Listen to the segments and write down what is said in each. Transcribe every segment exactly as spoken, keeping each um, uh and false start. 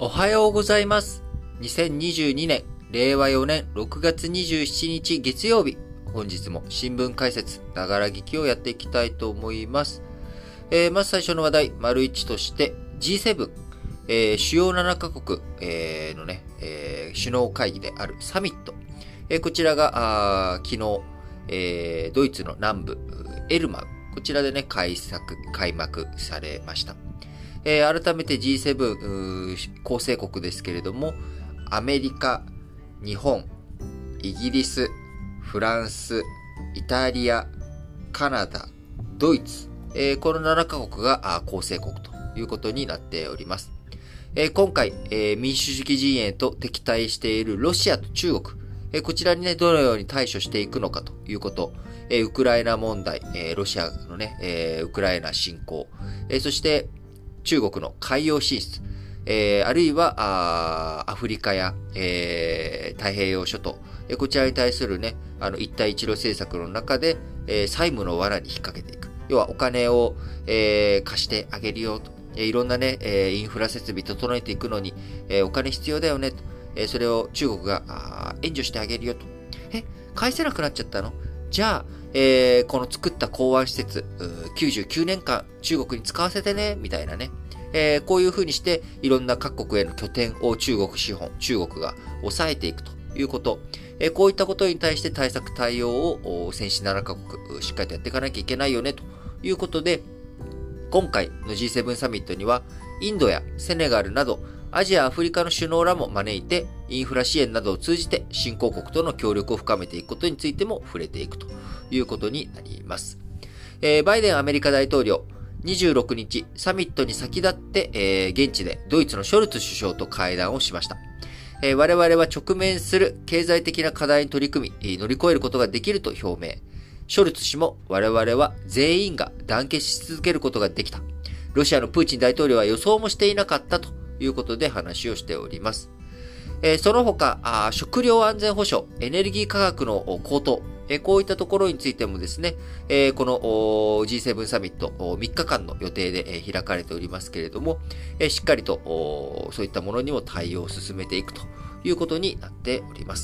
おはようございます。にせんにじゅうにねん、れいわよねんろくがつにじゅうしちにち月曜日。本日も新聞解説、ながら聞きをやっていきたいと思います。えー、まず最初の話題、丸いちとして ジーセブン、えー、主要ななカ国、えー、のね、えー、首脳会議であるサミット。えー、こちらが昨日、えー、ドイツの南部、エルマウ。こちらでね、開策、開幕されました。えー、改めて ジーセブン 構成国ですけれども、アメリカ、日本、イギリス、フランス、イタリア、カナダ、ドイツ、えー、このななカ国が構成国ということになっております。えー、今回、えー、民主主義陣営と敵対しているロシアと中国、えー、こちらにね、どのように対処していくのかということ、えー、ウクライナ問題、えー、ロシアのね、えー、ウクライナ侵攻、えー、そして中国の海洋進出、えー、あるいはあアフリカや、えー、太平洋諸島、えー、こちらに対するね、あの一帯一路政策の中で、えー、債務の罠に引っ掛けていく。要はお金を、えー、貸してあげるよと。えー、いろんなね、えー、インフラ設備整えていくのに、えー、お金必要だよねと。えー、それを中国が援助してあげるよと。え、返せなくなっちゃったの？じゃあ、えー、この作った港湾施設、きゅうじゅうきゅうねんかん中国に使わせてね、みたいなね。えー、こういう風にして、いろんな各国への拠点を中国資本、中国が抑えていくということ。えー、こういったことに対して対策対応を先進ななカ国、しっかりとやっていかなきゃいけないよね、ということで、今回の ジーセブン サミットには、インドやセネガルなど、アジア、アフリカの首脳らも招いて、インフラ支援などを通じて、新興国との協力を深めていくことについても触れていくということになります。えー、バイデンアメリカ大統領、にじゅうろくにち、サミットに先立って、えー、現地でドイツのショルツ首相と会談をしました。えー、我々は直面する経済的な課題に取り組み、乗り越えることができると表明。ショルツ氏も我々は全員が団結し続けることができた。ロシアのプーチン大統領は予想もしていなかったということで話をしております。えー、その他あ、食料安全保障、エネルギー価格の高騰、えー、こういったところについてもですね、えー、この ジーセブン サミットみっかかんの予定で、えー、開かれておりますけれども、えー、しっかりとそういったものにも対応を進めていくということになっております。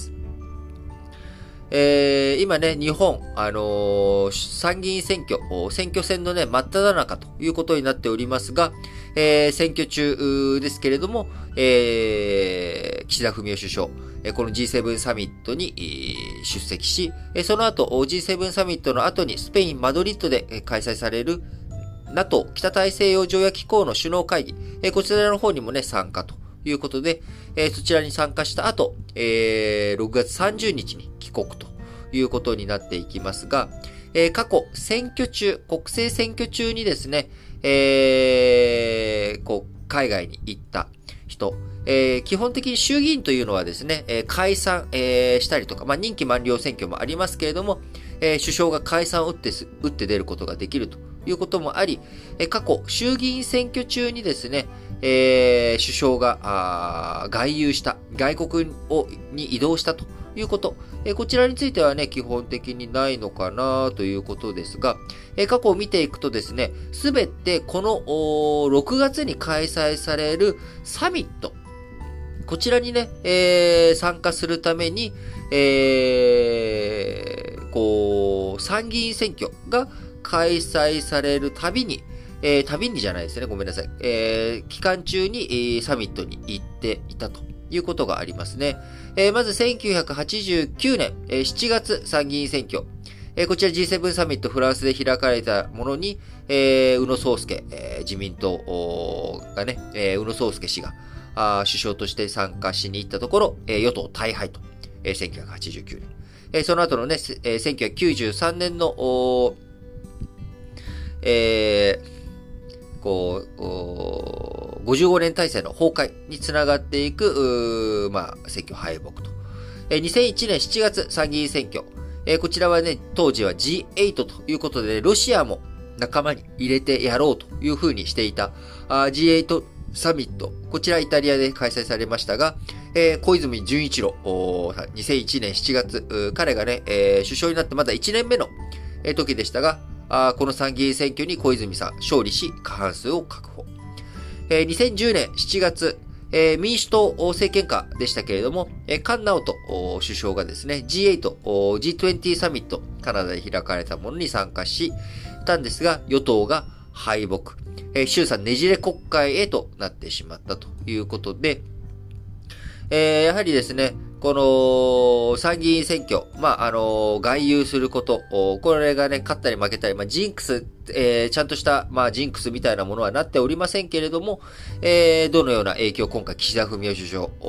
えー、今ね、日本、あのー、参議院選挙、選挙戦のね、真っ只中ということになっておりますが、えー、選挙中ですけれども、えー、岸田文雄首相、この ジーセブン サミットに出席し、その後 ジーセブン サミットの後にスペイン・マドリッドで開催される NATO 北大西洋条約機構の首脳会議、こちらの方にもね、参加ということで、そちらに参加した後、ろくがつさんじゅうにちに帰国ということになっていきますが、過去選挙中、国政選挙中にですね、えー、こう海外に行った人、えー、基本的に衆議院というのはですね、えー、解散、えー、したりとか、まあ、任期満了選挙もありますけれども、えー、首相が解散を打ってす、打って出ることができるということもあり、えー、過去衆議院選挙中にですね、えー、首相があ外遊した、外国をに移動したということ、えー、こちらについてはね、基本的にないのかなということですが、えー、過去を見ていくとですね、すべてこのろくがつに開催されるサミット、こちらにね、えー、参加するために、えー、こう、参議院選挙が開催されるたびに、えー、旅にじゃないですね。ごめんなさい。えー、期間中に、えー、サミットに行っていたということがありますね。えー、まずせんきゅうひゃくはちじゅうきゅうねん、えー、しちがつ参議院選挙。えー、こちら ジーセブン サミットフランスで開かれたものに、えー、宇野宗介、えー、自民党がね、えー、宇野宗介氏があ首相として参加しに行ったところ、えー、与党大敗と、えー、せんきゅうひゃくはちじゅうきゅうねん。えー、その後のね、えー、せんきゅうひゃくきゅうじゅうさんねんの、えーこう、ごじゅうごねん体制の崩壊につながっていく、まあ、選挙敗北と。えー、にせんいちねんしちがつ参議院選挙。えー、こちらはね、当時は ジーエイト ということで、ロシアも仲間に入れてやろうというふうにしていた、あ ジーエイト サミット。こちらイタリアで開催されましたが、えー、小泉純一郎、にせんいちねんしちがつ、彼がね、えー、首相になってまだいちねんめの時でしたが、あこの参議院選挙に小泉さん勝利し過半数を確保。えー、にせんじゅうねんしちがつ、 えー、民主党政権下でしたけれども、えー、菅直人首相がですね、ジーエイト、ジートゥエンティー サミット、カナダで開かれたものに参加したんですが、与党が敗北、えー、衆参ねじれ国会へとなってしまったということで、えー、やはりですね、この参議院選挙、まあ、あの、外遊すること、これがね、勝ったり負けたり、まあ、ジンクス、えー、ちゃんとした、まあ、ジンクスみたいなものはなっておりませんけれども、えー、どのような影響、今回、岸田文雄首相、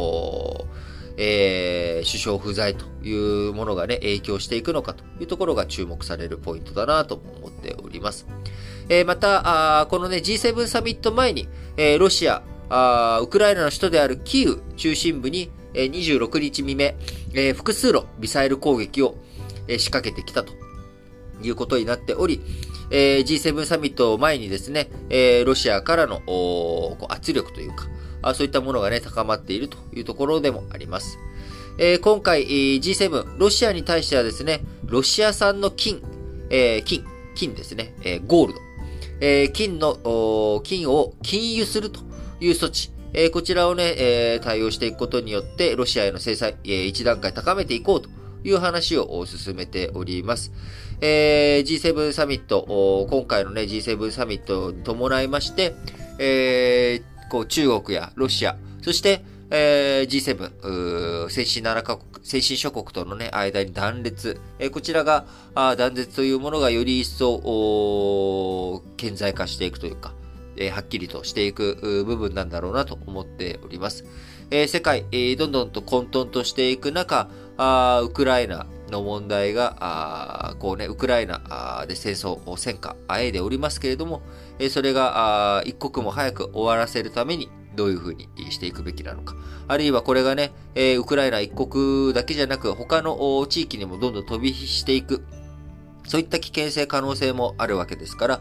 えー、首相不在というものがね、影響していくのかというところが注目されるポイントだなと思っております。えー、また、あこのね、ジーセブン サミット前に、えー、ロシア、あウクライナの首都であるキーウ中心部に、えー、にじゅうろくにち未明、えー、複数のミサイル攻撃を、えー、仕掛けてきたということになっており、えー、ジーセブン サミットを前にですね、えー、ロシアからの圧力というかあ、そういったものがね、高まっているというところでもあります。えー、今回、えー、ジーセブン、ロシアに対してはですね、ロシア産の金、えー、金、金ですね、えー、ゴールド、えー、金の、金を禁輸するという措置、えー、こちらをね、えー、対応していくことによって、ロシアへの制裁、えー、一段階高めていこうという話を進めております。えー、ジーセブン サミット、今回のね、ジーセブン サミットに伴いまして、えー、こう中国やロシア、そして、えー、ジーセブン、先進ななかこく、先進諸国とのね、間に断裂、えー、こちらが、あ断絶というものがより一層、顕在化していくというか、えー、はっきりとしていく部分なんだろうなと思っております。えー、世界、えー、どんどんと混沌としていく中、あウクライナの問題が、あこうね、ウクライナで戦争、戦火、あえいでおりますけれども、えー、それがあ一刻も早く終わらせるために、どういうふうにしていくべきなのか。あるいはこれがね、えー、ウクライナ一国だけじゃなく、他の地域にもどんどん飛び火していく。そういった危険性、可能性もあるわけですから、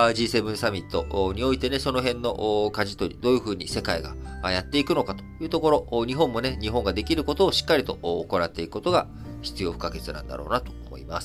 ジーセブン サミットにおいてね、その辺の舵取り、どういうふうに世界がやっていくのかというところ、日本もね、日本ができることをしっかりと行っていくことが必要不可欠なんだろうなと思います。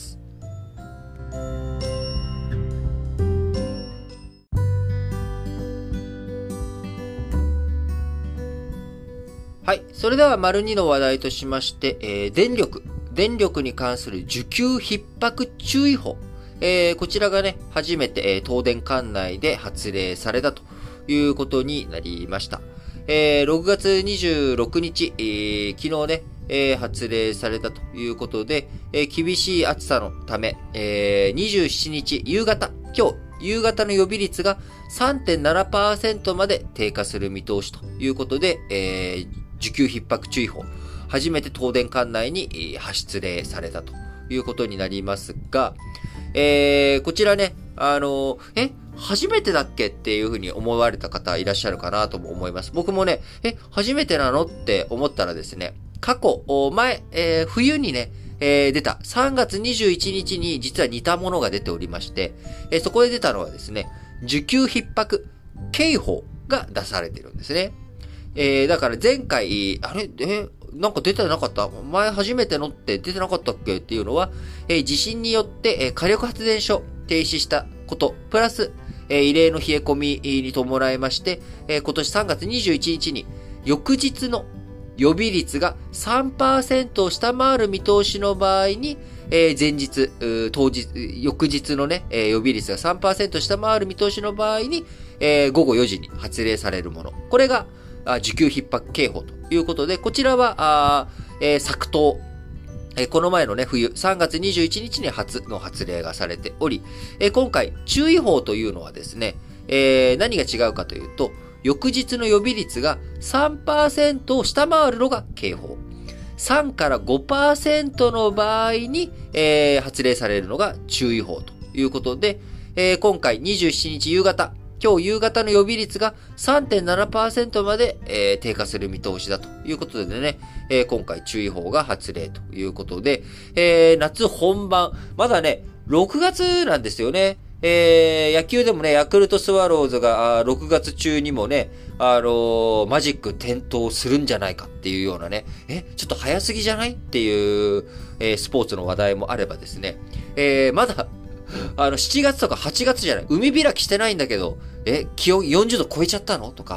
はい。それでは、丸にの話題としまして、えー、電力。電力に関する需給逼迫注意報。えー、こちらがね、初めて、えー、東電管内で発令されたということになりました。えー、ろくがつにじゅうろくにち、えー、昨日ね、えー、発令されたということで、えー、厳しい暑さのため、えー、にじゅうしちにち夕方、今日、夕方の予備率が さんてんななパーセント まで低下する見通しということで、えー、需給逼迫注意報。初めて東電管内に発令されたということになりますが、えー、こちらね、あの、え、初めてだっけっていうふうに思われた方いらっしゃるかなとも思います。僕もね、え、初めてなのって思ったらですね、過去、前、えー、冬にね、えー、出たさんがつにじゅういちにちに実は似たものが出ておりまして、えー、そこで出たのはですね、需給逼迫警報が出されてるんですね。えー、だから前回、あれ、え、なんか出てなかった前初めてのって出てなかったっけっていうのは、えー、地震によって、えー、火力発電所停止したこと、プラス、えー、異例の冷え込みに伴いまして、えー、今年さんがつにじゅういちにちに翌日の予備率が さんパーセント を下回る見通しの場合に、えー、前日、当日、翌日のね、えー、予備率が さんパーセント 下回る見通しの場合に、えー、ごごよじに発令されるもの。これが、需給逼迫警報ということで、こちらは、あえー、昨冬、えー、この前のね、冬、さんがつにじゅういちにちに初の発令がされており、えー、今回、注意報というのはですね、えー、何が違うかというと、翌日の予備率が さんパーセント を下回るのが警報。さんから ごパーセント の場合に、えー、発令されるのが注意報ということで、えー、今回にじゅうしちにち夕方、今日夕方の予備率が さんてんななパーセント まで、えー、低下する見通しだということでね、えー、今回注意報が発令ということで、えー、夏本番、まだね、ろくがつなんですよね。えー、野球でもね、ヤクルトスワローズがろくがつ中にもね、あのー、マジック点灯するんじゃないかっていうようなね、え、ちょっと早すぎじゃないっていう、えー、スポーツの話題もあればですね、えー、まだ、あの、しちがつとかはちがつじゃない。海開きしてないんだけど、え、気温よんじゅうど超えちゃったのとか、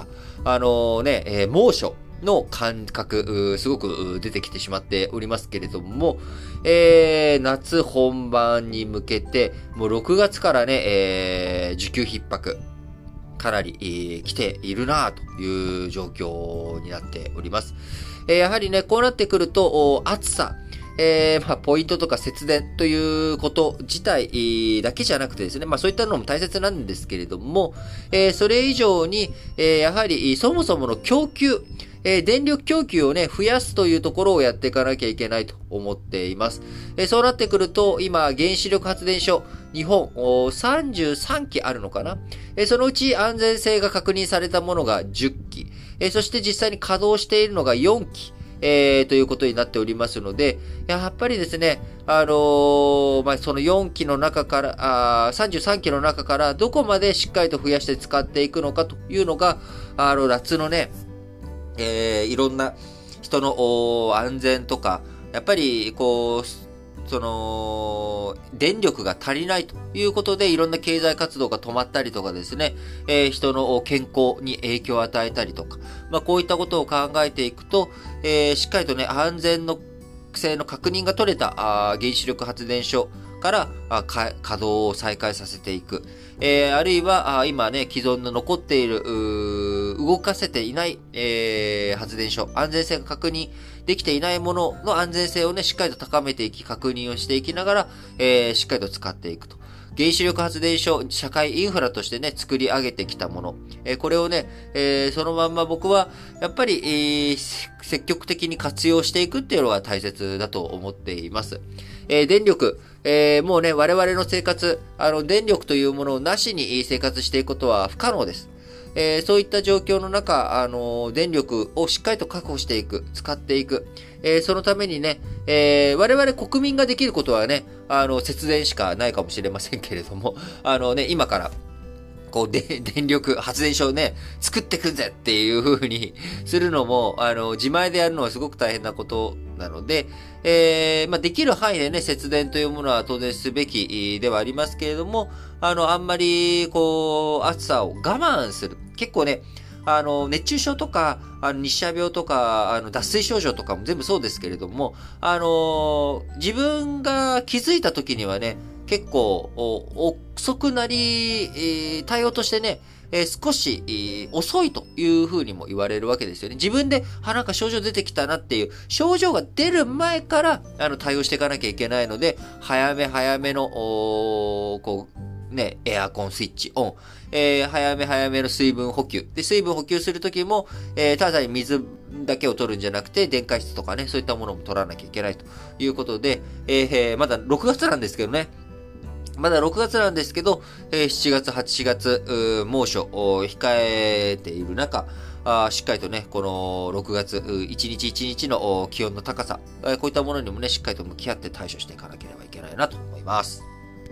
あのね、えー、猛暑の感覚、すごく出てきてしまっておりますけれども、えー、夏本番に向けて、もうろくがつからね、えー、需給逼迫、かなり、えー、来ているなという状況になっております。えー、やはりね、こうなってくると、暑さ、えー、まあ、ポイントとか節電ということ自体だけじゃなくてですね、まあそういったのも大切なんですけれども、えー、それ以上に、えー、やはりそもそもの供給、えー、電力供給をね、増やすというところをやっていかなきゃいけないと思っています。えー、そうなってくると、今、原子力発電所、日本、さんじゅうさんきあるのかな、えー、そのうち安全性が確認されたものがじゅっき、えー、そして実際に稼働しているのがよんき、えー、ということになっておりますので、やっぱりですね、あのー、まあ、そのよんきの中から、あさんじゅうさんきの中からどこまでしっかりと増やして使っていくのかというのが、あの、夏のね、えー、いろんな人の安全とか、やっぱり、こう、その、電力が足りないということで、いろんな経済活動が止まったりとかですね、えー、人の健康に影響を与えたりとか、まあ、こういったことを考えていくと、えー、しっかりとね、安全の性の確認が取れたあ原子力発電所からあか稼働を再開させていく。えー、あるいはあ今ね、既存の残っている、動かせていない、えー、発電所、安全性が確認できていないものの安全性をね、しっかりと高めていき、確認をしていきながら、えー、しっかりと使っていくと。原子力発電所、社会インフラとしてね、作り上げてきたもの。えー、これをね、えー、そのまんま僕は、やっぱり、えー、積極的に活用していくっていうのが大切だと思っています。えー、電力、えー、もうね、我々の生活、あの、電力というものをなしに生活していくことは不可能です。えー、そういった状況の中、あのー、電力をしっかりと確保していく、使っていく。えー、そのためにね、えー、我々国民ができることはね、あの、節電しかないかもしれませんけれども、あのね、今から、こう、で、電力発電所をね、作ってくんぜっていう風にするのも、あの、自前でやるのはすごく大変なことなので、えー、まあ、できる範囲でね、節電というものは当然すべきではありますけれども、あの、あんまり、こう、暑さを我慢する。結構ね、あの、熱中症とか、あの、日射病とか、あの、脱水症状とかも全部そうですけれども、あの、自分が気づいた時にはね、結構、遅くなり、えー、対応としてね、えー、少し、えー、遅いというふうにも言われるわけですよね。自分で、あ、なんか症状出てきたなっていう、症状が出る前から、あの、対応していかなきゃいけないので、早め早めの、こう、ね、エアコンスイッチオン。えー、早め早めの水分補給。で、水分補給するときも、えー、ただに水だけを取るんじゃなくて、電解質とかね、そういったものも取らなきゃいけないということで、えー、まだろくがつなんですけどね。まだろくがつなんですけど、えー、しちがつ、はちがつ、猛暑を控えている中、あしっかりとね、このろくがつ、一日一日の気温の高さ、こういったものにもね、しっかりと向き合って対処していかなければいけないなと思います。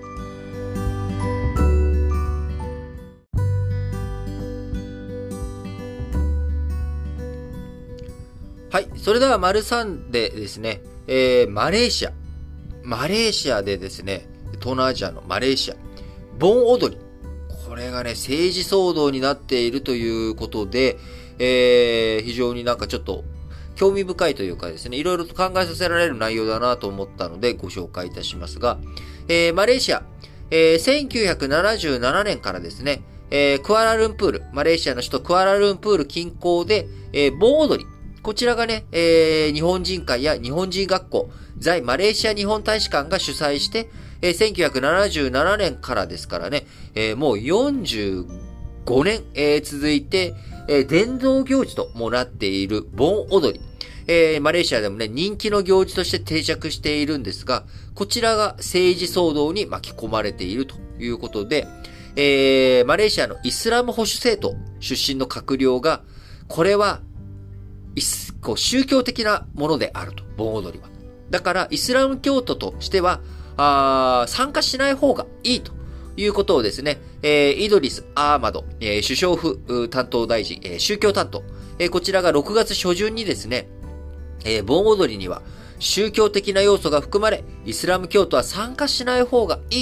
はい。それでは、丸さんでですね、えー、マレーシア。マレーシアでですね、東南アジアのマレーシア。盆踊り。これがね、政治騒動になっているということで、えー、非常になんかちょっと興味深いというかですね、いろいろと考えさせられる内容だなと思ったのでご紹介いたしますが、えー、マレーシア、えー、せんきゅうひゃくななじゅうななねんからですね、えー、クアラルンプール、マレーシアの首都クアラルンプール近郊で、えー、盆踊り。こちらがね、えー、日本人会や日本人学校、在マレーシア日本大使館が主催して、えー、せんきゅうひゃくななじゅうななねんからですからね、えー、もうよんじゅうごねん、えー、続いて、えー、伝統行事ともなっている盆踊り。えー、マレーシアでもね、人気の行事として定着しているんですが、こちらが政治騒動に巻き込まれているということで、えー、マレーシアのイスラム保守政党出身の閣僚が、これは、こう宗教的なものであると、盆踊りは。だから、イスラム教徒としては、あ参加しない方がいいということをですね、えー、イドリス・アーマド、えー、首相府担当大臣、えー、宗教担当、えー、こちらがろくがつしょじゅんにですね、えー、盆踊りには宗教的な要素が含まれ、イスラム教徒は参加しない方がいいと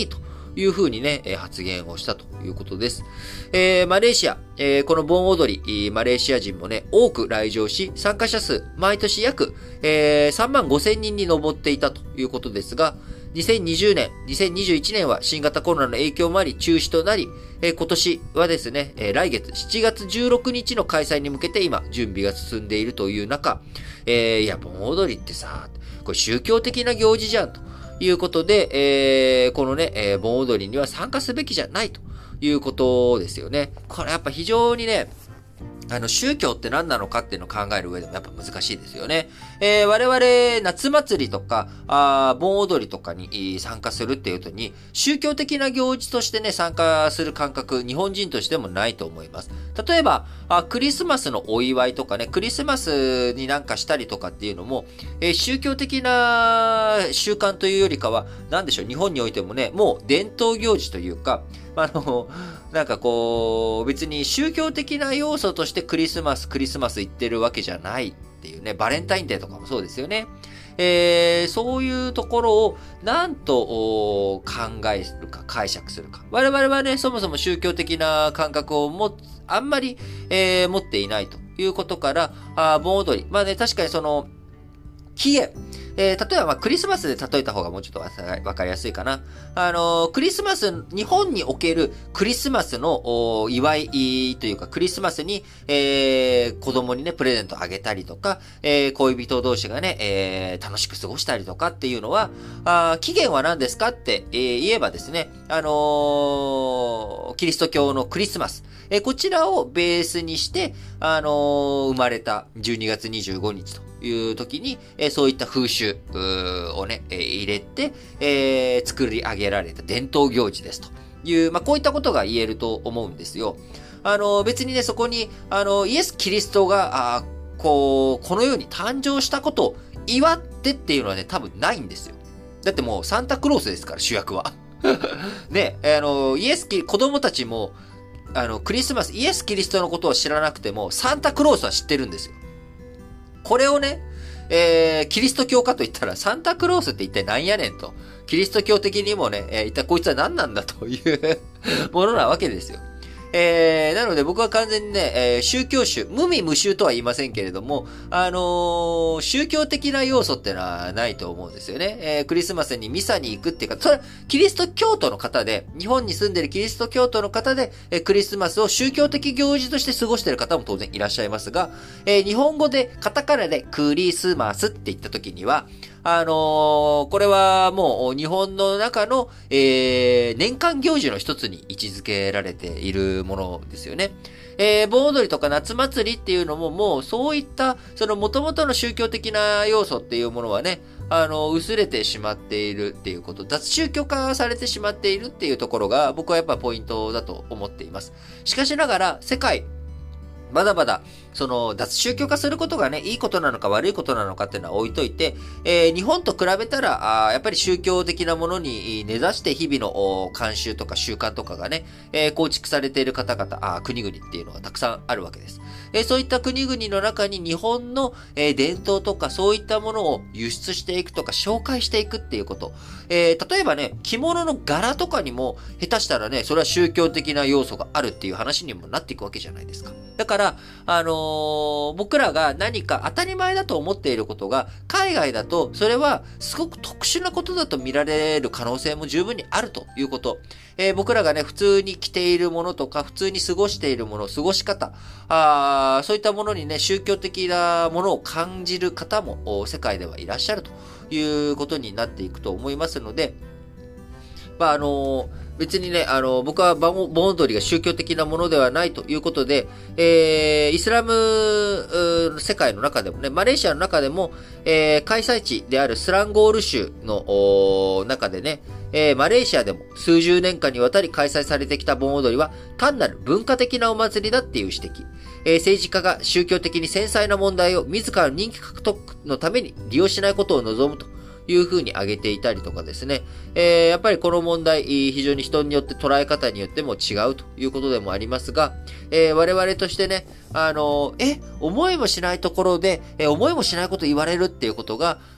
いうふうにね、発言をしたということです。えー、マレーシア、えー、この盆踊り、マレーシア人もね、多く来場し、参加者数、毎年約、えー、さんまんごせんにんに上っていたということですが、にせんにじゅうねん、にせんにじゅういちねんは新型コロナの影響もあり中止となり、えー、今年はですね、えー、来月しちがつじゅうろくにちの開催に向けて今、準備が進んでいるという中、えー、いや、盆踊りってさ、これ宗教的な行事じゃんということで、えー、このね、えー、盆踊りには参加すべきじゃないということですよね。これやっぱ非常にね、あの、宗教って何なのかっていうのを考える上でもやっぱ難しいですよね。えー、我々、夏祭りとか、あ盆踊りとかに参加するっていうとに、宗教的な行事としてね、参加する感覚、日本人としてもないと思います。例えば、あクリスマスのお祝いとかね、クリスマスになんかしたりとかっていうのも、えー、宗教的な習慣というよりかは、なんでしょう、日本においてもね、もう伝統行事というか、あの、なんかこう、別に宗教的な要素としてクリスマス、クリスマス言ってるわけじゃないっていうね、バレンタインデーとかもそうですよね。えー、そういうところを何と考えるか、解釈するか。我々はね、そもそも宗教的な感覚をも、あんまり、えー、持っていないということから、あ盆踊り。まあね、確かにその、起源。えー、例えば、まあ、クリスマスで例えた方がもうちょっとわかりやすいかな。あのー、クリスマス、日本におけるクリスマスの祝いというか、クリスマスに、えー、子供にね、プレゼントあげたりとか、えー、恋人同士がね、えー、楽しく過ごしたりとかっていうのは、あ起源は何ですかって、えー、言えばですね、あのー、キリスト教のクリスマス。えー、こちらをベースにして、あのー、生まれたじゅうにがつにじゅうごにちという時に、えー、そういった風習をね、えー、入れて、えー、作り上げられた伝統行事ですという、まあ、こういったことが言えると思うんですよ。あのー、別にね、そこに、あのー、イエス・キリストが、あこう、この世に誕生したことを祝ってっていうのはね、多分ないんですよ。だってもうサンタクロースですから、主役は。ね、あのー、イエスキ、子供たちも、あの、クリスマス、イエス・キリストのことを知らなくても、サンタクロースは知ってるんですよ。これをね、えー、キリスト教かと言ったら、サンタクロースって一体何やねんと。キリスト教的にもね、えー、一体こいつは何なんだというものなわけですよ。えー、なので僕は完全にね、えー、宗教宗、無味無臭とは言いませんけれども、あのー、宗教的な要素ってのはないと思うんですよね。えー、クリスマスにミサに行くっていうか、それはキリスト教徒の方で、日本に住んでるキリスト教徒の方で、えー、クリスマスを宗教的行事として過ごしている方も当然いらっしゃいますが、えー、日本語で、カタカナでクリスマスって言った時には、あのー、これはもう日本の中の、えー、年間行事の一つに位置づけられているものですよね。えー、盆踊りとか夏祭りっていうのももうそういった、その元々の宗教的な要素っていうものはね、あの、薄れてしまっているっていうこと、脱宗教化されてしまっているっていうところが僕はやっぱポイントだと思っています。しかしながら世界、まだまだ、その、脱宗教化することがね、いいことなのか悪いことなのかっていうのは置いといて、えー、日本と比べたら、あやっぱり宗教的なものに根ざして日々の慣習とか習慣とかがね、えー、構築されている方々、あ国々っていうのはたくさんあるわけです。えー、そういった国々の中に日本の、えー、伝統とかそういったものを輸出していくとか紹介していくっていうこと。えー、例えばね、着物の柄とかにも下手したらね、それは宗教的な要素があるっていう話にもなっていくわけじゃないですか。だから、あのー、僕らが何か当たり前だと思っていることが、海外だと、それはすごく特殊なことだと見られる可能性も十分にあるということ。えー、僕らがね、普通に着ているものとか、普通に過ごしているもの、過ごし方、あそういったものにね、宗教的なものを感じる方も世界ではいらっしゃるということになっていくと思いますので、まあ、あのー、別にね、あの、僕は盆踊りが宗教的なものではないということで、えー、イスラム世界の中でもね、マレーシアの中でも、えー、開催地であるスランゴール州の中でね、えー、マレーシアでも数十年間にわたり開催されてきた盆踊りは単なる文化的なお祭りだっていう指摘。えー、政治家が宗教的に繊細な問題を自らの人気獲得のために利用しないことを望むというふうに挙げていたりとかですね。えー、やっぱりこの問題、非常に人によって捉え方によっても違うということでもありますが、えー、我々としてね、あのー、え、思いもしないところで、えー、思いもしないこと言われるっていうことが、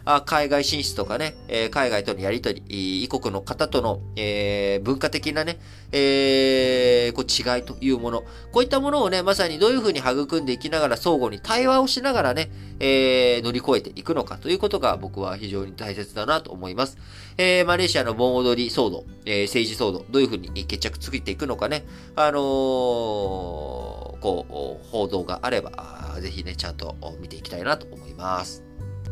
あ海外進出とかね、えー、海外とのやりとり、異国の方との、えー、文化的なね、えー、こう違いというもの、こういったものをね、まさにどういうふうに育んでいきながら相互に対話をしながらね、えー、乗り越えていくのかということが僕は非常に大切だなと思います。えー、マレーシアの盆踊り騒動、えー、政治騒動、どういうふうに決着つけていくのかね、あのー、こう、報道があれば、ぜひね、ちゃんと見ていきたいなと思います。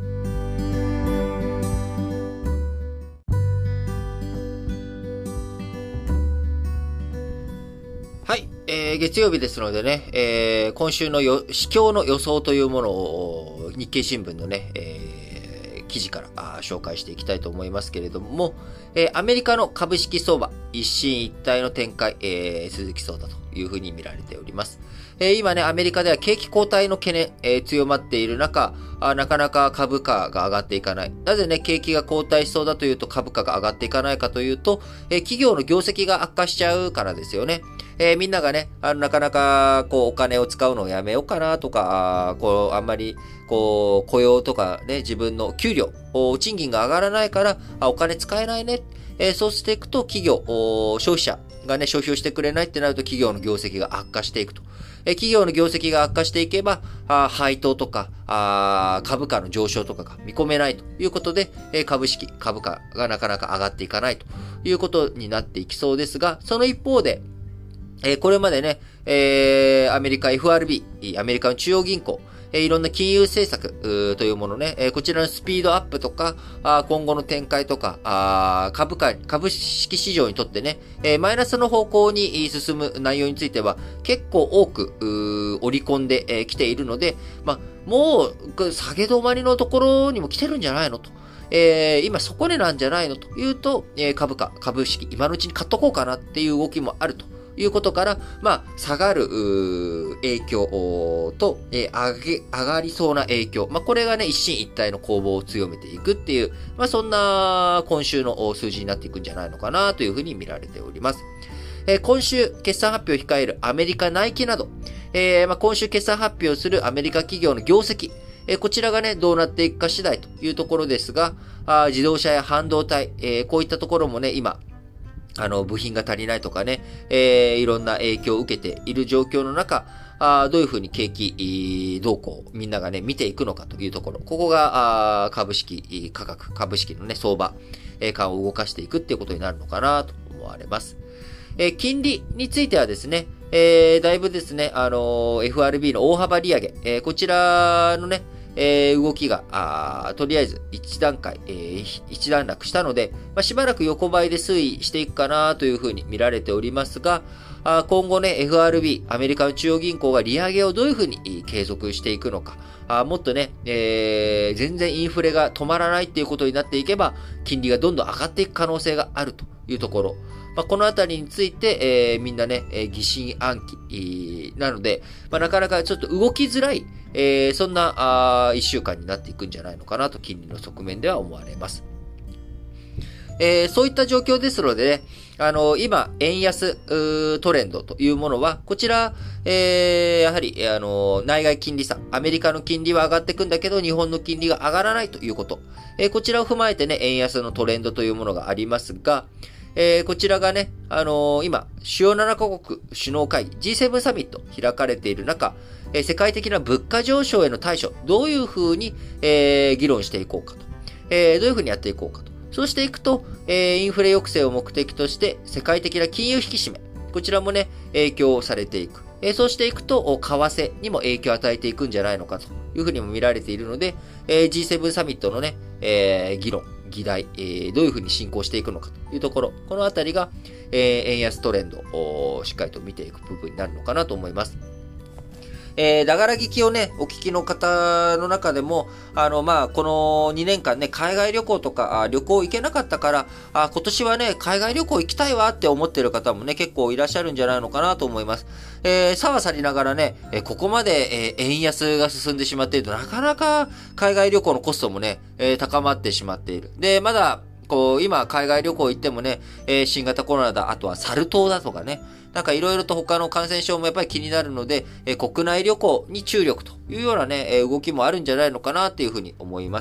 はい、えー、月曜日ですのでね、えー、今週のよ市況の予想というものを日経新聞のね、えー、記事から紹介していきたいと思いますけれども、えー、アメリカの株式相場一進一退の展開、えー、続きそうだというふうに見られております。えー、今ね、アメリカでは景気後退の懸念、えー、強まっている中あ、なかなか株価が上がっていかない。なぜね、景気が後退しそうだというと株価が上がっていかないかというと、えー、企業の業績が悪化しちゃうからですよね。えー、みんながね、あの、なかなか、こう、お金を使うのをやめようかなとか、あこう、あんまり、こう、雇用とかね、自分の給料、賃金が上がらないから、あお金使えないね。えー、そうしていくと、企業、消費者がね、消費をしてくれないってなると、企業の業績が悪化していくと。えー、企業の業績が悪化していけば、あ配当とかあ、株価の上昇とかが見込めないということで、えー、株式、株価がなかなか上がっていかないということになっていきそうですが、その一方で、えー、これまでね、えー、アメリカ エフアールビー、アメリカの中央銀行、えー、いろんな金融政策というものね、えー、こちらのスピードアップとか、あ今後の展開とか、あ株価、株式市場にとってね、えー、マイナスの方向に進む内容については結構多く織り込んでき、えー、ているので、まあ、もう下げ止まりのところにも来てるんじゃないのと。えー、今底値なんじゃないのというと、えー、株価、株式、今のうちに買っとこうかなっていう動きもあると。いうことから、まあ、下がる影響と、えー、上げ、上がりそうな影響。まあ、これがね、一進一退の攻防を強めていくっていう、まあ、そんな今週の数字になっていくんじゃないのかなというふうに見られております。えー、今週、決算発表を控えるアメリカナイキなど、えー、まあ、今週決算発表するアメリカ企業の業績、えー、こちらがね、どうなっていくか次第というところですが、あ自動車や半導体、えー、こういったところもね、今、あの、部品が足りないとかね、えー、いろんな影響を受けている状況の中、あどういうふうに景気動向、みんながね、見ていくのかというところ、ここが、あ株式価格、株式のね、相場、えー、感を動かしていくっていうことになるのかなと思われます。えー、金利についてはですね、えー、だいぶですね、あのー、エフアールビー の大幅利上げ、えー、こちらのね、えー、動きが、あとりあえず一段階、えー、一段落したので、まあ、しばらく横ばいで推移していくかなというふうに見られておりますが、あ今後ね、エフアールビー、アメリカの中央銀行が利上げをどういうふうに継続していくのか、あもっとね、えー、全然インフレが止まらないっていうことになっていけば、金利がどんどん上がっていく可能性があるというところ。まあ、このあたりについて、えー、みんなね、えー、疑心暗鬼、なので、まあ、なかなかちょっと動きづらい、えー、そんなあ一週間になっていくんじゃないのかなと、金利の側面では思われます。えー、そういった状況ですのでね、あの、今、円安トレンドというものは、こちら、えー、やはり、あの、内外金利差、アメリカの金利は上がっていくんだけど、日本の金利が上がらないということ。えー、こちらを踏まえてね、円安のトレンドというものがありますが、えー、こちらがね、あのー、今、主要ななカ国首脳会議 ジーセブン サミット開かれている中、えー、世界的な物価上昇への対処、どういうふうに、えー、議論していこうかと、えー。どういうふうにやっていこうかと。そうしていくと、えー、インフレ抑制を目的として、世界的な金融引き締め、こちらもね、影響されていく。えー、そうしていくと、為替にも影響を与えていくんじゃないのかというふうにも見られているので、えー、ジーセブン サミットのね、えー、議論、議題、えー、どういうふうに進行していくのかというところ、このあたりが、えー、円安トレンドをしっかりと見ていく部分になるのかなと思います。えー、だから聞きをね、お聞きの方の中でも、あの、まあ、このにねんかんね、海外旅行とか、あ旅行行けなかったから、あ今年はね、海外旅行行きたいわって思ってる方もね、結構いらっしゃるんじゃないのかなと思います。えー、さはさりながらね、えー、ここまで、えー、円安が進んでしまっていると、なかなか海外旅行のコストもね、えー、高まってしまっている。で、まだ、こう、今、海外旅行行ってもね、えー、新型コロナだ、あとはサル痘だとかね、なんかいろいろと他の感染症もやっぱり気になるので、えー、国内旅行に注力というようなね、えー、動きもあるんじゃないのかなっていうふうに思います。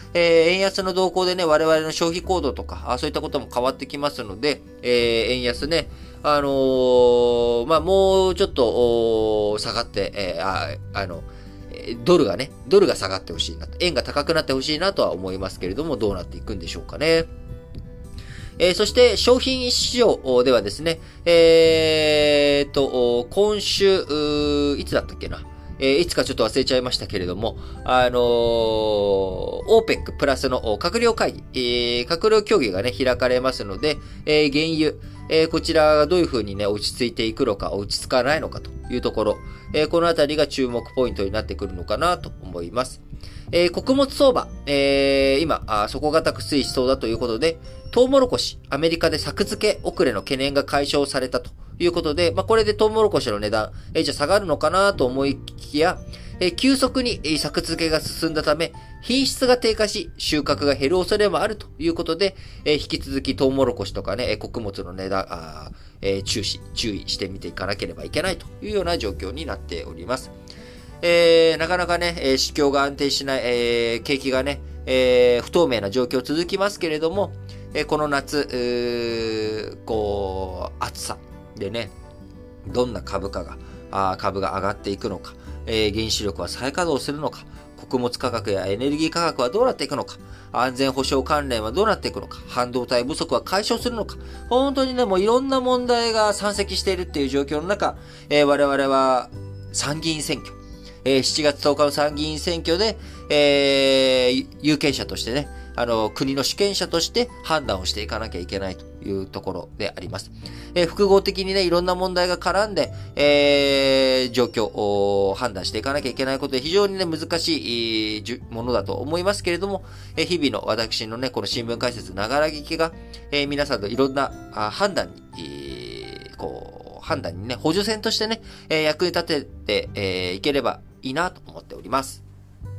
えー、円安の動向でね、我々の消費行動とか、あそういったことも変わってきますので、えー、円安ね、あのー、まあ、もうちょっと、下がって、えー、あ、あの、ドルがね、ドルが下がってほしいなと、円が高くなってほしいなとは思いますけれども、どうなっていくんでしょうかね。えー、そして、商品市場ではですね、えーと、今週、いつだったっけな。えー、いつかちょっと忘れちゃいましたけれども、あのー、オーペック プラスの閣僚会議、えー、閣僚協議がね、開かれますので、えー、原油、えー、こちらがどういう風にね、落ち着いていくのか、落ち着かないのかというところ、えー、このあたりが注目ポイントになってくるのかなと思います。えー、穀物相場、えー、今、あ底堅く推移しそうだということで、トウモロコシ、アメリカで作付け遅れの懸念が解消されたということで、まあ、これでトウモロコシの値段、えー、じゃあ下がるのかなと思いきや、えー、急速に作付けが進んだため、品質が低下し、収穫が減る恐れもあるということで、えー、引き続きトウモロコシとかね、穀物の値段、あえー、注視、注意してみていかなければいけないというような状況になっております。えー、なかなかね、えー、市況が安定しない、えー、景気がね、えー、不透明な状況続きますけれども、えー、この夏、えー、こう、暑さでね、どんな株価が、あ株が上がっていくのか、えー、原子力は再稼働するのか、穀物価格やエネルギー価格はどうなっていくのか、安全保障関連はどうなっていくのか、半導体不足は解消するのか、本当にね、もういろんな問題が山積しているっていう状況の中、えー、我々は参議院選挙、えー、しちがつとおかの参議院選挙で、えー、有権者としてね、あの、国の主権者として判断をしていかなきゃいけないというところであります。えー、複合的にね、いろんな問題が絡んで、えー、状況を判断していかなきゃいけないことで非常にね、難しいものだと思いますけれども、えー、日々の私のね、この新聞解説ながら聞きが、えー、皆さんのいろんなあ判断に、えー、こう、判断にね、補助線としてね、えー、役に立てて、えー、いければいいなと思っております。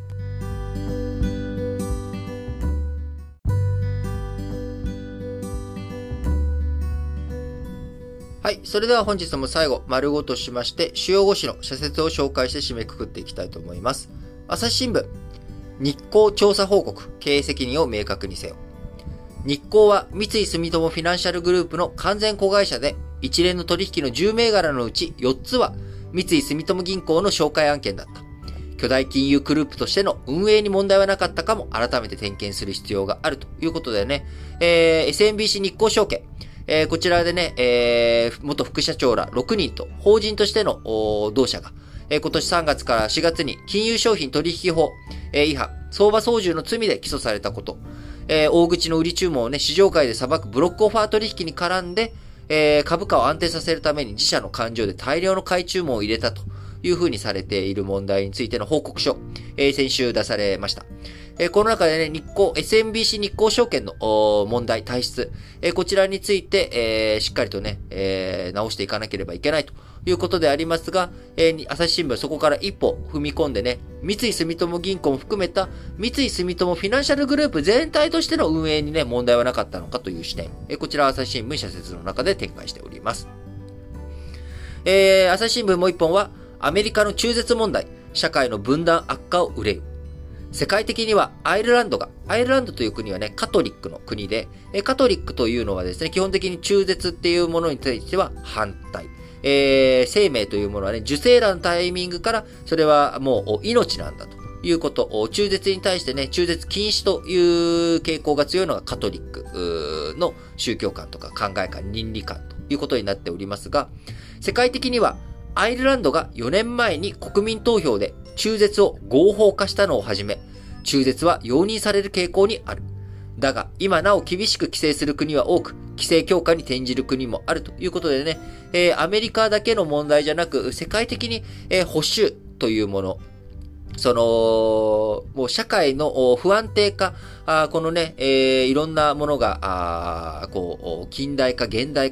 はい。それでは本日も最後、丸ごとしまして、主要ご紙の社説を紹介して締めくくっていきたいと思います。朝日新聞、日興調査報告、経営責任を明確にせよ。日興は三井住友フィナンシャルグループの完全子会社で、一連の取引のじゅう銘柄のうちよっつは、三井住友銀行の紹介案件だった。巨大金融グループとしての運営に問題はなかったかも改めて点検する必要があるということでね、えー、エスエムビーシー 日興証券、えー、こちらでね、えー、元副社長らろくにんと法人としての同社が、えー、今年さんがつからしがつに金融商品取引法、えー、違反、相場操縦の罪で起訴されたこと、えー、大口の売り注文をね、市場界で裁くブロックオファー取引に絡んで、えー、株価を安定させるために自社の勘定で大量の買い注文を入れたというふうにされている問題についての報告書、えー、先週出されました。えー、この中でね、日興、エスエムビーシー 日興証券の問題、体質、えー、こちらについて、えー、しっかりとね、えー、直していかなければいけないということでありますが、えー、朝日新聞そこから一歩踏み込んでね、三井住友銀行も含めた三井住友フィナンシャルグループ全体としての運営にね、問題はなかったのかという視点、えー、こちら朝日新聞社説の中で展開しております。えー、朝日新聞もう一本は、アメリカの中絶問題、社会の分断悪化を憂う。世界的にはアイルランドが、アイルランドという国はね、カトリックの国で、カトリックというのはですね、基本的に中絶っていうものに対しては反対。えー、生命というものはね、受精卵のタイミングから、それはもう命なんだということ。中絶に対してね、中絶禁止という傾向が強いのがカトリックの宗教観とか考え観、倫理観ということになっておりますが、世界的にはアイルランドがよねんまえに国民投票で中絶を合法化したのをはじめ、中絶は容認される傾向にある。だが、今なお厳しく規制する国は多く、規制強化に転じる国もあるということでね、えー、アメリカだけの問題じゃなく、世界的に、えー、保守というもの、その、もう社会の不安定化、あこのね、えー、いろんなものが、あこう、近代化、現代化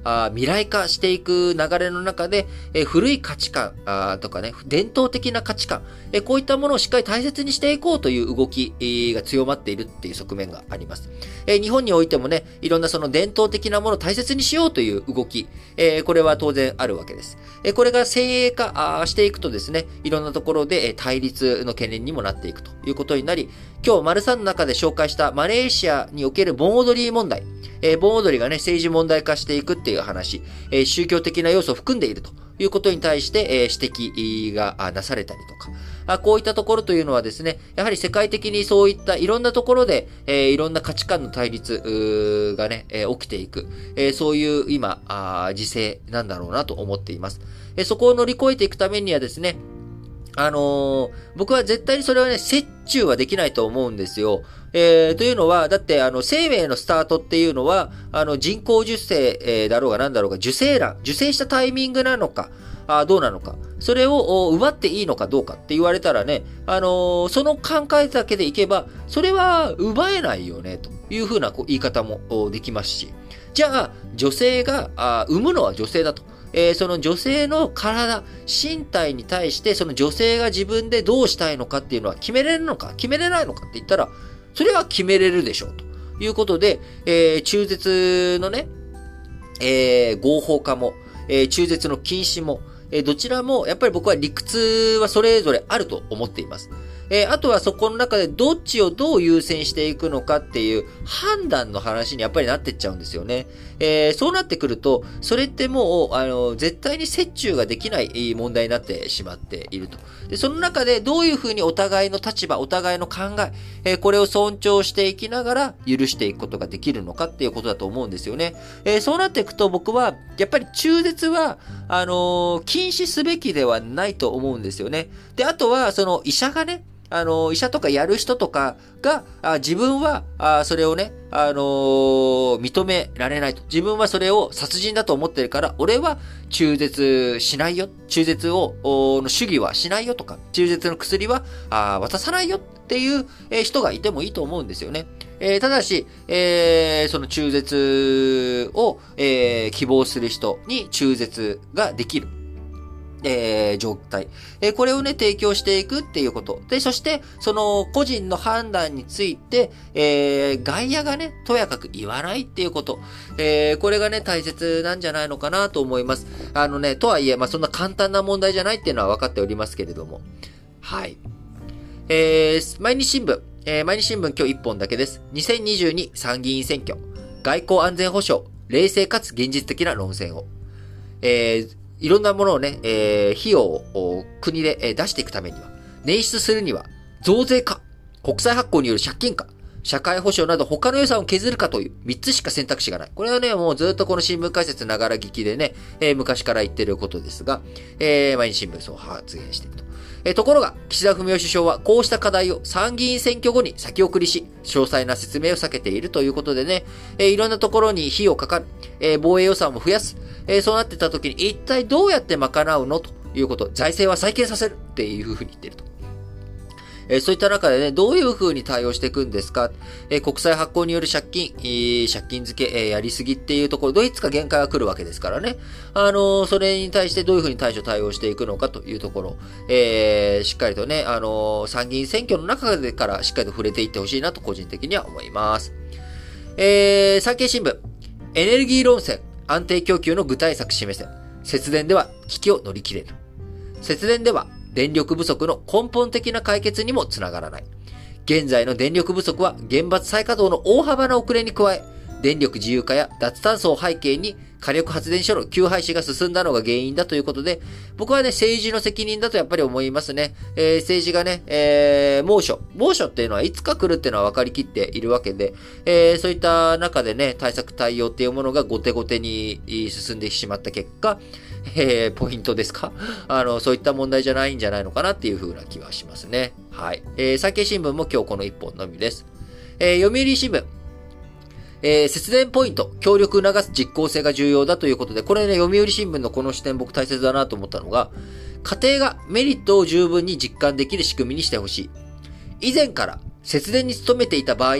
あ未来化していく流れの中で、えー、古い価値観あとかね、伝統的な価値観、えー、こういったものをしっかり大切にしていこうという動き、えー、が強まっているっていう側面があります。えー、日本においてもね、いろんなその伝統的なものを大切にしようという動き、えー、これは当然あるわけです。えー、これが先鋭化していくとですね、いろんなところで対立の懸念にもなっていくということになり、今日、丸さんの中で紹介したマレーシアにおける盆踊り問題、えー、盆踊りがね、政治問題化していくっていう話、えー、宗教的な要素を含んでいるということに対して、えー、指摘がなされたりとか、あこういったところというのはですね、やはり世界的にそういったいろんなところで、えー、いろんな価値観の対立がね、えー、起きていく、えー、そういう今あ、時勢なんだろうなと思っています。えー、そこを乗り越えていくためにはですね、あのー、僕は絶対にそれはね、折衷はできないと思うんですよ。えー、というのは、だって、あの、生命のスタートっていうのは、あの、人工授精、えー、だろうが何だろうが、受精卵、受精したタイミングなのか、あどうなのか、それを奪っていいのかどうかって言われたらね、あのー、その考えだけでいけば、それは奪えないよね、というふうなこう言い方もできますし、じゃあ、女性が、あ産むのは女性だと。えー、その女性の体、身体に対して、その女性が自分でどうしたいのかっていうのは決めれるのか、決めれないのかって言ったら、それは決めれるでしょう、ということで、えー、中絶のね、えー、合法化も、えー、中絶の禁止も、えー、どちらも、やっぱり僕は理屈はそれぞれあると思っています。えー、あとはそこの中でどっちをどう優先していくのかっていう判断の話にやっぱりなってっちゃうんですよね。えー、そうなってくると、それってもう、あの、絶対に折衷ができない問題になってしまっていると。で、その中でどういうふうにお互いの立場、お互いの考え、えー、これを尊重していきながら許していくことができるのかっていうことだと思うんですよね。えー、そうなっていくと僕は、やっぱり中絶は、あのー、禁止すべきではないと思うんですよね。で、あとは、その医者がね、あの、医者とかやる人とかが、あ自分は、あそれをね、あのー、認められないと。自分はそれを殺人だと思ってるから、俺は中絶しないよ。中絶を、の主義はしないよとか、中絶の薬はあ渡さないよっていう、えー、人がいてもいいと思うんですよね。えー、ただし、えー、その中絶を、えー、希望する人に中絶ができる。えー、状態。えー、これをね、提供していくっていうこと。で、そして、その、個人の判断について、えー、外野がね、とやかく言わないっていうこと。えー、これがね、大切なんじゃないのかなと思います。あのね、とはいえ、まあ、そんな簡単な問題じゃないっていうのは分かっておりますけれども。はい。えー、毎日新聞。えー、毎日新聞今日いっぽんだけです。にせんにじゅうに参議院選挙。外交安全保障。冷静かつ現実的な論戦を。えー、いろんなものをね、えー、費用を国で出していくためには、捻出するには、増税か、国債発行による借金か、社会保障など他の予算を削るかというみっつしか選択肢がない。これはね、もうずっとこの新聞解説ながら聞きでね、えー、昔から言ってることですが、えー、毎日新聞そう発言していると。えー、ところが、岸田文雄首相はこうした課題を参議院選挙後に先送りし、詳細な説明を避けているということでね、えー、いろんなところに費用かかる、えー、防衛予算も増やす、えー、そうなってた時に一体どうやって賄うのということ、財政は再建させるっていうふうに言っていると。えー、そういった中でね、どういう風に対応していくんですか、えー、国債発行による借金、えー、借金付け、えー、やりすぎっていうところ、どいつか限界が来るわけですからね。あのー、それに対してどういう風に対処対応していくのかというところ、えー、しっかりとね、あのー、参議院選挙の中でからしっかりと触れていってほしいなと個人的には思います。えー、産経新聞、エネルギー論戦、安定供給の具体策示せ。節電では危機を乗り切れる。節電では電力不足の根本的な解決にもつながらない。現在の電力不足は原発再稼働の大幅な遅れに加え、電力自由化や脱炭素を背景に火力発電所の休廃止が進んだのが原因だということで、僕はね、政治の責任だとやっぱり思いますね。えー、政治がね、えー、猛暑。猛暑っていうのはいつか来るっていうのは分かりきっているわけで、えー、そういった中でね、対策対応っていうものが後手後手に進んでしまった結果、えー、ポイントですかあの、そういった問題じゃないんじゃないのかなっていう風な気はしますね。はい。えー、産経新聞も今日この一本のみです。えー、読売新聞。えー、節電ポイント、協力促す実効性が重要だということで、これね、読売新聞のこの視点僕大切だなと思ったのが、家庭がメリットを十分に実感できる仕組みにしてほしい。以前から節電に努めていた場合には、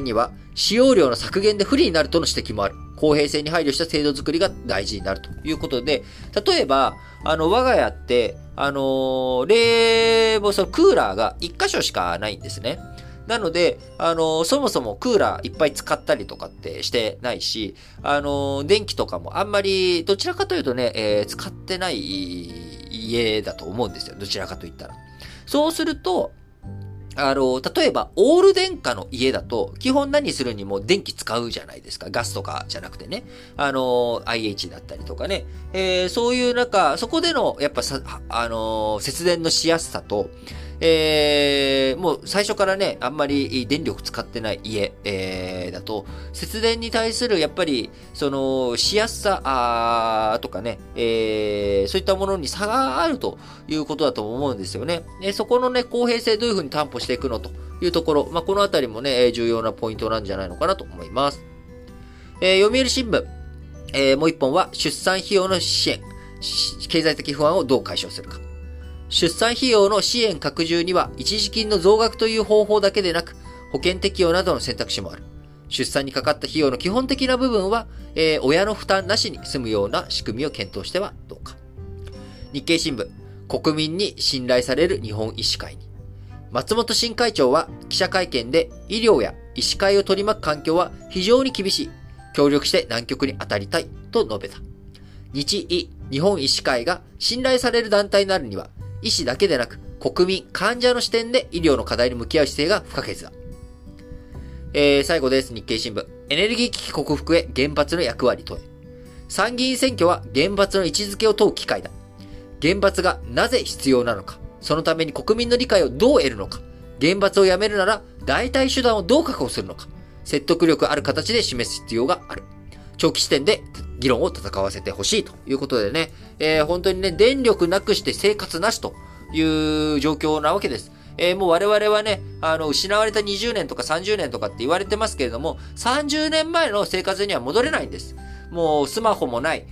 使用量の削減で不利になるとの指摘もある。公平性に配慮した制度作りが大事になるということで、例えば、あの、我が家って、あのー、冷房、そのクーラーが一箇所しかないんですね。なので、あのー、そもそもクーラーいっぱい使ったりとかってしてないし、あのー、電気とかもあんまり、どちらかというとね、えー、使ってない家だと思うんですよ。どちらかと言ったら。そうすると、あの、例えば、オール電化の家だと、基本何するにも電気使うじゃないですか。ガスとかじゃなくてね。あの、アイエイチ だったりとかね。えー、そういう中、そこでの、やっぱさ、あの、節電のしやすさと、えー、もう最初からね、あんまり電力使ってない家、えー、だと、節電に対するやっぱり、その、しやすさ、あとかね、えー、そういったものに差があるということだと思うんですよね。でそこのね、公平性どういうふうに担保していくのというところ、まあ、このあたりもね、重要なポイントなんじゃないのかなと思います。えー、読売新聞、えー、もう一本は、出産費用の支援、経済的不安をどう解消するか。出産費用の支援拡充には一時金の増額という方法だけでなく保険適用などの選択肢もある。出産にかかった費用の基本的な部分は、えー、親の負担なしに済むような仕組みを検討してはどうか。日経新聞、国民に信頼される日本医師会に。松本新会長は記者会見で医療や医師会を取り巻く環境は非常に厳しい。協力して難局に当たりたいと述べた。日医、日本医師会が信頼される団体になるには医師だけでなく、国民、患者の視点で医療の課題に向き合う姿勢が不可欠だ。えー、最後です。日経新聞。エネルギー危機克服へ原発の役割問え。参議院選挙は原発の位置づけを問う機会だ。原発がなぜ必要なのか、そのために国民の理解をどう得るのか、原発をやめるなら代替手段をどう確保するのか、説得力ある形で示す必要がある。長期視点で議論を戦わせてほしいということでね、えー、本当にね、電力なくして生活なしという状況なわけです。えー、もう我々はね、あの、失われたにじゅうねんとかさんじゅうねんとかって言われてますけれども、さんじゅうねんまえの生活には戻れないんです。もうスマホもない、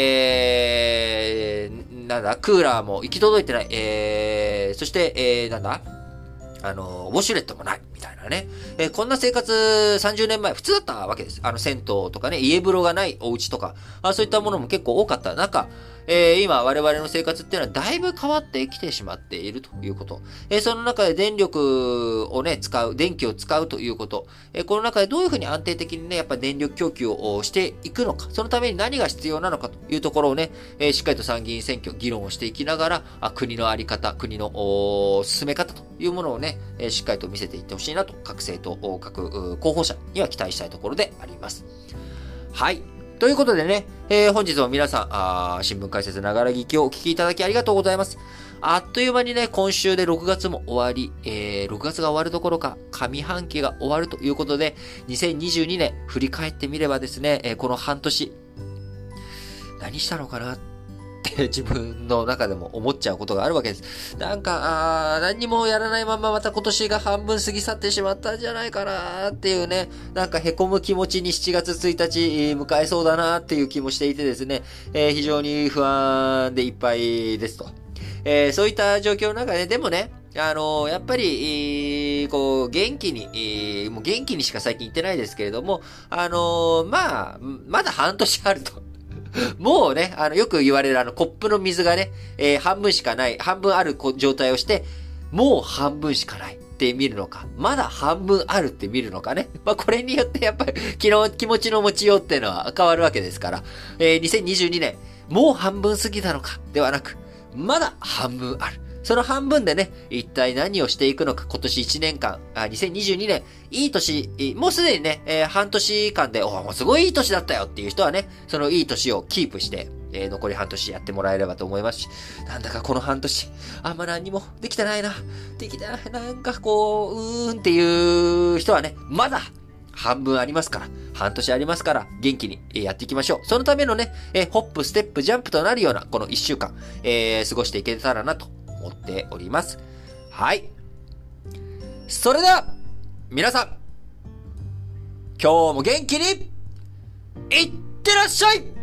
えー、なんだ、クーラーも行き届いてない、えー、そして、えー、なんだ、あの、ウォシュレットもない、みたいなね。えー、こんな生活さんじゅうねんまえ普通だったわけです。あの、銭湯とかね、家風呂がないお家とか、あそういったものも結構多かった中、えー、今我々の生活っていうのはだいぶ変わってきてしまっているということ。えー、その中で電力をね、使う、電気を使うということ。えー、この中でどういうふうに安定的にね、やっぱり電力供給をしていくのか、そのために何が必要なのかというところをね、えー、しっかりと参議院選挙議論をしていきながら、あ国のあり方、国の進め方というものをね、えー、しっかりと見せていってほしいなと、各政党、各候補者には期待したいところであります。はい。ということでね、えー、本日も皆さん、あ新聞解説ながら聞きをお聞きいただきありがとうございます。あっという間にね、今週でろくがつも終わり、えー、ろくがつが終わるどころか、上半期が終わるということで、にせんにじゅうにねん振り返ってみればですね、えー、この半年、何したのかなって自分の中でも思っちゃうことがあるわけです。なんか、あ何にもやらないまままた今年が半分過ぎ去ってしまったんじゃないかなっていうね、なんか凹む気持ちにしちがつついたち迎えそうだなっていう気もしていてですね、えー、非常に不安でいっぱいですと。えー、そういった状況の中で、でもね、あのー、やっぱり、えー、こう、元気に、えー、もう元気にしか最近言ってないですけれども、あのー、まあ、まだ半年あると。もうね、あの、よく言われるあの、コップの水がね、えー、半分しかない、半分ある状態をして、もう半分しかないって見るのか、まだ半分あるって見るのかね。まあ、これによってやっぱり、昨日気持ちの持ちようっていうのは変わるわけですから、えー、にせんにじゅうにねん、もう半分過ぎたのか、ではなく、まだ半分ある。その半分でね、一体何をしていくのか、今年いちねんかん、あにせんにじゅうにねん、いい年、もうすでにね、えー、半年間で、おもうすごいいい年だったよっていう人はね、そのいい年をキープして、えー、残り半年やってもらえればと思いますし、なんだかこの半年、あんま何にもできてないな、できてない、なんかこう、うーんっていう人はね、まだ、半分ありますから、半年ありますから、元気にやっていきましょう。そのためのね、えー、ホップ、ステップ、ジャンプとなるような、このいっしゅうかん、えー、過ごしていけたらなと思っております。はい。それでは、皆さん、今日も元気に、いってらっしゃい。